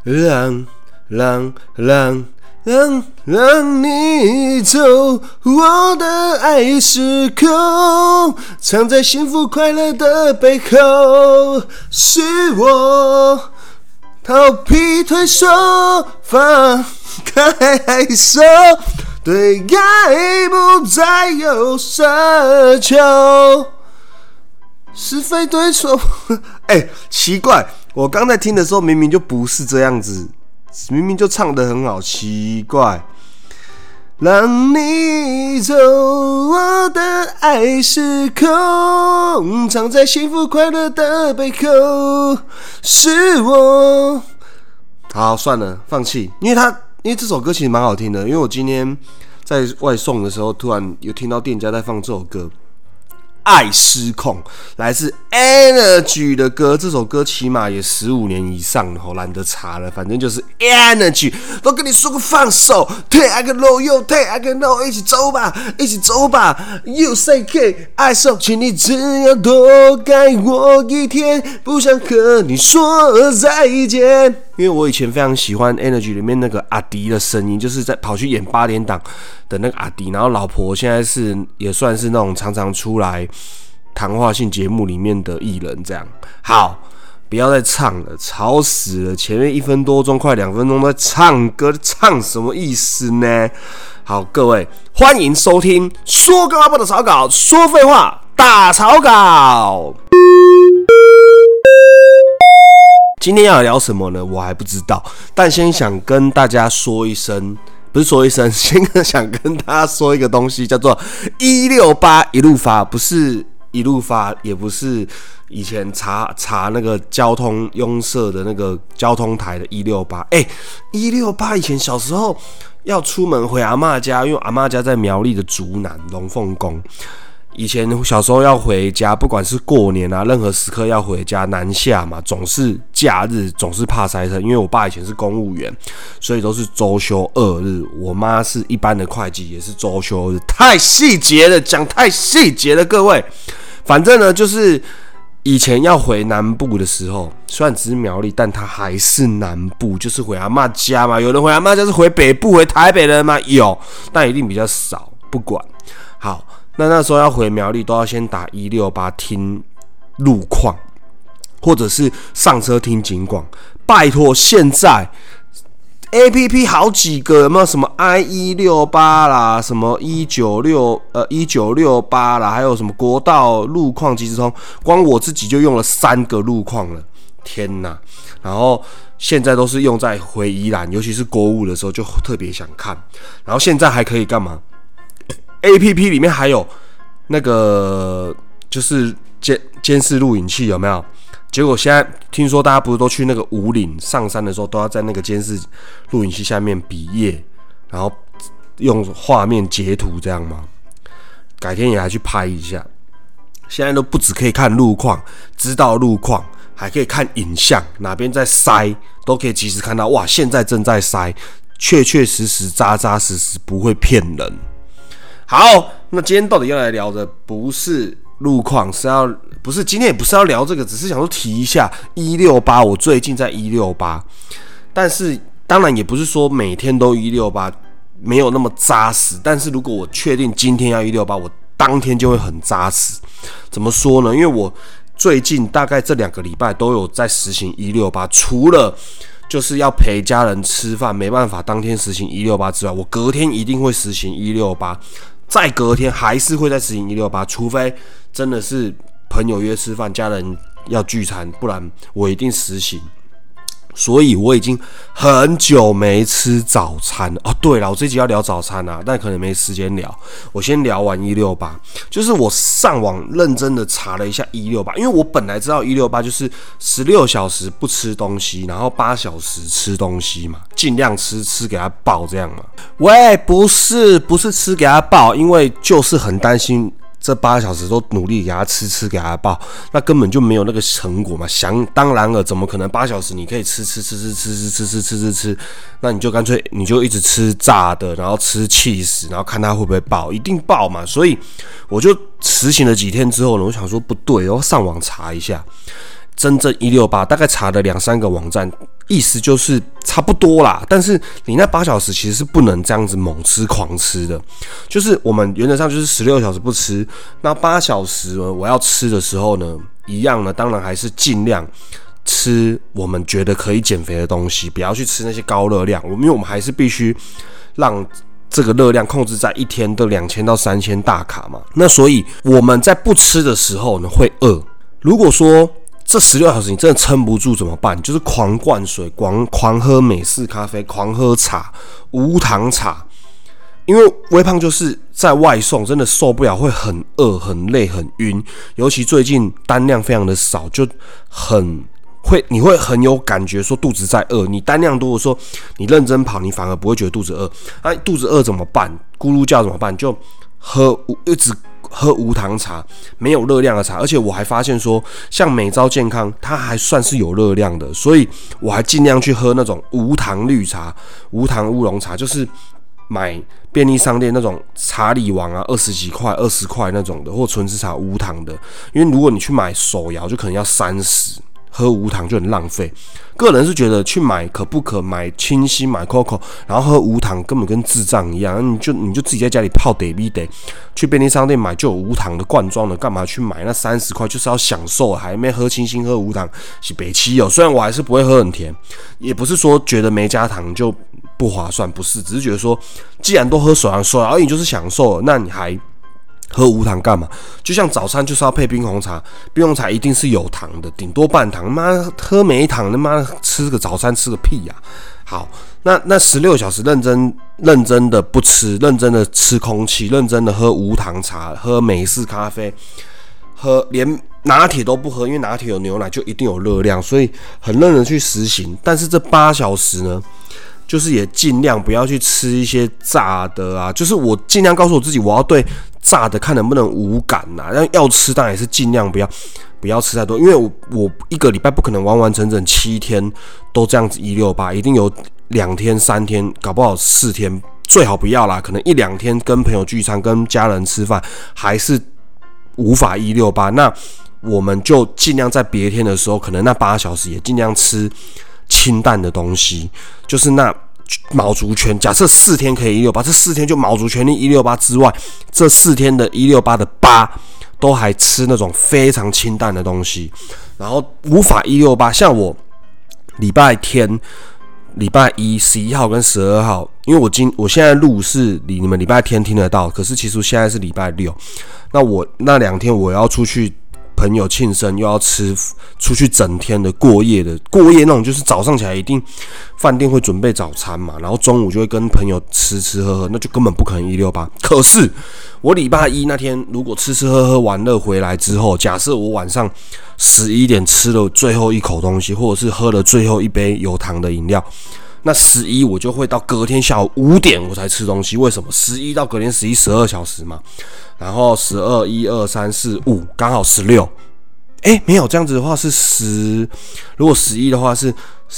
让你走，我的爱失控，藏在幸福快乐的背后，是我逃避退缩，放开手，对爱不再有奢求，是非对错。奇怪，我刚才听的时候明明就不是这样子，明明就唱得很好，奇怪。让你走，我的爱失控，藏在幸福快乐的背后，是我。好，算了，放弃。因为这首歌其实蛮好听的，因为我今天在外送的时候，突然有听到店家在放这首歌。爱失控，来自 Energy 的歌，这首歌起码也15年以上了，懒得查了，反正就是 Energy， 都跟你说过放手 ，Take I can roll you Take I can roll， 一起走吧，一起走吧 ，You say K， 爱受，请你只要多给我一天，不想和你说再见。因为我以前非常喜欢 Energy 里面那个阿迪的声音，就是在跑去演8点档的那个阿迪，然后老婆现在也算是那种常常出来谈话性节目里面的艺人这样。好，不要再唱了，吵死了！前面1分多钟，快2分钟在唱歌，唱什么意思呢？好，各位欢迎收听说干话不打草稿，说废话打草稿。今天要聊什么呢？我还不知道，但先想跟大家说一声，不是说一声，先想跟大家说一个东西，叫做168一路发，不是一路发，也不是以前查那个交通拥塞的那个交通台的168。168以前小时候要出门回阿嬷家，因为阿嬷家在苗栗的竹南龙凤宫。以前小时候要回家，不管是过年啊，任何时刻要回家，南下嘛，总是假日，总是怕塞车。因为我爸以前是公务员，所以都是周休2日。我妈是一般的会计，也是周休日。太细节了，讲太细节了，各位。反正呢，就是以前要回南部的时候，虽然只是苗栗，但它还是南部，就是回阿嬷家嘛。有人回阿嬷家是回北部，回台北人吗？有，但一定比较少。不管，好。那时候要回苗栗，都要先打168听路况，或者是上车听警广。拜托，现在 APP 好几个，有没有什么 I168 啦，什么1968啦，还有什么国道路况即时通，光我自己就用了3个路况了，天哪！然后现在都是用在回宜兰，尤其是国五的时候就特别想看。然后现在还可以干嘛？APP 里面还有那个就是监视录影器，有没有？结果现在听说大家不是都去那个武岭上山的时候，都要在那个监视录影器下面比耶，然后用画面截图这样吗？改天也来去拍一下。现在都不只可以看路况，知道路况，还可以看影像，哪边在塞都可以及时看到。哇，现在正在塞。确实扎实，不会骗人。好，那今天到底要来聊的不是路况，不是今天也不是要聊这个，只是想说提一下168。我最近在168，但是当然也不是说每天都168，没有那么扎实。但是如果我确定今天要168，我当天就会很扎实。怎么说呢？因为我最近大概这2个礼拜都有在实行168，除了就是要陪家人吃饭，没办法当天实行168之外，我隔天一定会实行168，再隔天还是会再实行168，除非真的是朋友约吃饭，家人要聚餐，不然我一定实行。所以我已经很久没吃早餐了。对了，我这集要聊早餐啊，但可能没时间聊。我先聊完168，就是我上网认真的查了一下168，因为我本来知道168就是16小时不吃东西，然后8小时吃东西嘛，尽量吃给他爆这样嘛。喂，不是吃给他爆，因为就是很担心。这8小时都努力给他吃给他爆，那根本就没有那个成果嘛。想当然了，怎么可能8小时你可以吃？那你就干脆你就一直吃炸的，然后吃cheese，然后看他会不会爆，一定爆嘛。所以我就实行了几天之后呢，我想说不对，我上网查一下真正168，大概查了2-3个网站，意思就是差不多啦。但是你那8小时其实是不能这样子猛吃狂吃的，就是我们原则上就是16小时不吃，那8小时呢我要吃的时候呢，一样呢，当然还是尽量吃我们觉得可以减肥的东西，不要去吃那些高热量。因为我们还是必须让这个热量控制在一天的2000到3000大卡嘛。那所以我们在不吃的时候呢会饿。如果说这16小时你真的撑不住怎么办？就是狂灌水，狂喝美式咖啡，狂喝茶，无糖茶。因为微胖就是在外送真的受不了，会很饿、很累、很晕，尤其最近单量非常的少，就你会很有感觉说肚子在饿。你单量多的时候，你认真跑，你反而不会觉得肚子饿。那肚子饿怎么办？咕噜叫怎么办？就一直喝无糖茶，没有热量的茶。而且我还发现说，像美招健康，它还算是有热量的，所以我还尽量去喝那种无糖绿茶、无糖乌龙茶，就是买便利商店那种茶里王啊，20几块、20块那种的，或纯吃茶无糖的。因为如果你去买手摇，就可能要30。喝无糖就很浪费，个人是觉得去买可不可买清新买 Coco， 然后喝无糖根本跟智障一样，你就自己在家里泡得必得，去便利商店买就有无糖的罐装的，干嘛去买那30块？就是要享受，还没喝清新喝无糖是北七哦。虽然我还是不会喝很甜，也不是说觉得没加糖就不划算，不是，只是觉得说既然都喝手摇饮就是享受了，那你还喝无糖干嘛？就像早餐就是要配冰红茶，冰红茶一定是有糖的，顶多半糖。妈喝没糖，他妈吃个早餐吃个屁呀！好，那16小时认真的不吃，认真的吃空气，认真的喝无糖茶，喝美式咖啡，连拿铁都不喝，因为拿铁有牛奶就一定有热量，所以很认真去实行。但是这8小时呢？就是也尽量不要去吃一些炸的啊，就是我尽量告诉我自己，我要对炸的看能不能无感呐。但要吃当然也是尽量不要吃太多，因为我一个礼拜不可能完完整整7天都这样子168，一定有2天3天，搞不好4天，最好不要啦。可能1-2天跟朋友聚餐、跟家人吃饭，还是无法168。那我们就尽量在别天的时候，可能那8小时也尽量吃清淡的东西，就是那卯足全。假设4天可以168，这4天就卯足全力168之外，这4天的168的8都还吃那种非常清淡的东西，然后无法168。像我礼拜1、11号跟12号，因为我现在录是你们礼拜天听得到，可是其实现在是礼拜6，那我那2天我要出去。朋友庆生又要吃出去整天的过夜那种，就是早上起来一定饭店会准备早餐嘛，然后中午就会跟朋友吃喝，那就根本不可能168。可是我礼拜1那天如果吃喝玩乐回来之后，假设我晚上11点吃了最后一口东西，或者是喝了最后一杯有糖的饮料，那11我就会到隔天下午5点我才吃东西。为什么？11到隔天12小时嘛，然后12、1、2、3、4、5，刚好16。没有这样子的话是10，如果11的话是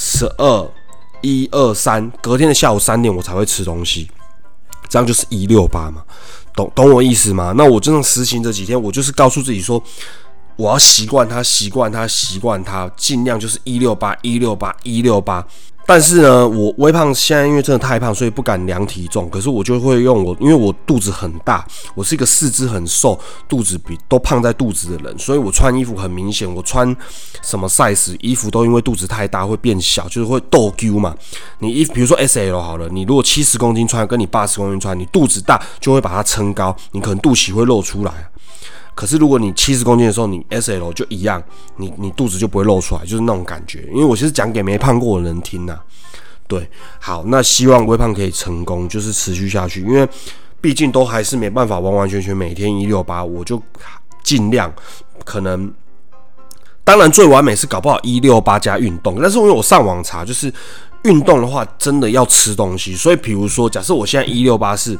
12、1、2、3，隔天的下午3点我才会吃东西，这样就是168嘛，懂我意思吗？那我真的实行这几天，我就是告诉自己说，我要习惯它，尽量就是168。但是呢，我微胖现在因为真的太胖，所以不敢量体重。可是我就会用因为我肚子很大，我是一个四肢很瘦、肚子都胖在肚子的人，所以我穿衣服很明显，我穿什么 size 衣服都因为肚子太大会变小，就是会逗 Q 嘛。你比如说 SL 好了，你如果70公斤穿跟你80公斤穿，你肚子大就会把它撑高，你可能肚脐会露出来。可是如果你70公斤的时候，你 SL 就一样，你肚子就不会露出来，就是那种感觉。因为我其实讲给没胖过的人听呐。对，好，那希望微胖可以成功，就是持续下去，因为毕竟都还是没办法完完全全每天168，我就尽量可能。当然最完美是搞不好168加运动，但是因为我上网查，就是运动的话真的要吃东西，所以比如说假设我现在168是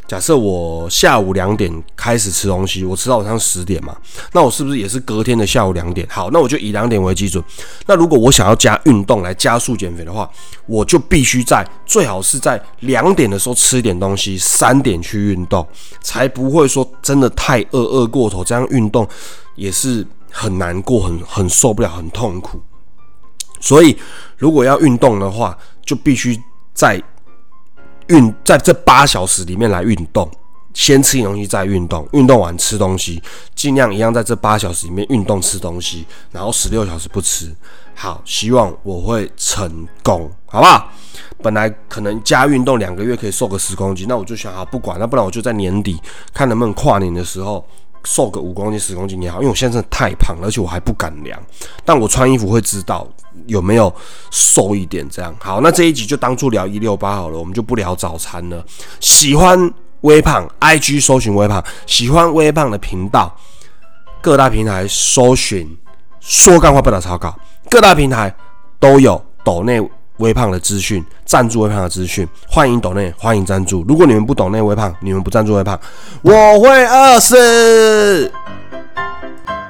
假设我下午2点开始吃东西，我吃到晚上10点嘛，那我是不是也是隔天的下午2点？好，那我就以2点为基准。那如果我想要加运动来加速减肥的话，我就必须最好是在2点的时候吃一点东西，3点去运动，才不会说真的太饿过头，这样运动也是很难过，很受不了，很痛苦。所以如果要运动的话，就必须在这8小时里面来运动，先吃点东西再运动，运动完吃东西，尽量一样在这8小时里面运动吃东西，然后16小时不吃。好，希望我会成功，好不好？本来可能加运动2个月可以瘦个10公斤，那我就想好不管，那不然我就在年底看能不能跨年的时候瘦个5公斤10公斤也好，因为我现在真的太胖了，而且我还不敢量，但我穿衣服会知道有没有瘦一点这样。好，那这一集就当初聊168好了，我们就不聊早餐了。喜欢微胖 IG 搜寻微胖，喜欢微胖的频道，各大平台搜寻说干话不打草稿，各大平台都有抖内微胖的资讯，赞助微胖的资讯，欢迎抖内，欢迎赞助。如果你们不抖内微胖，你们不赞助微胖，我会饿死。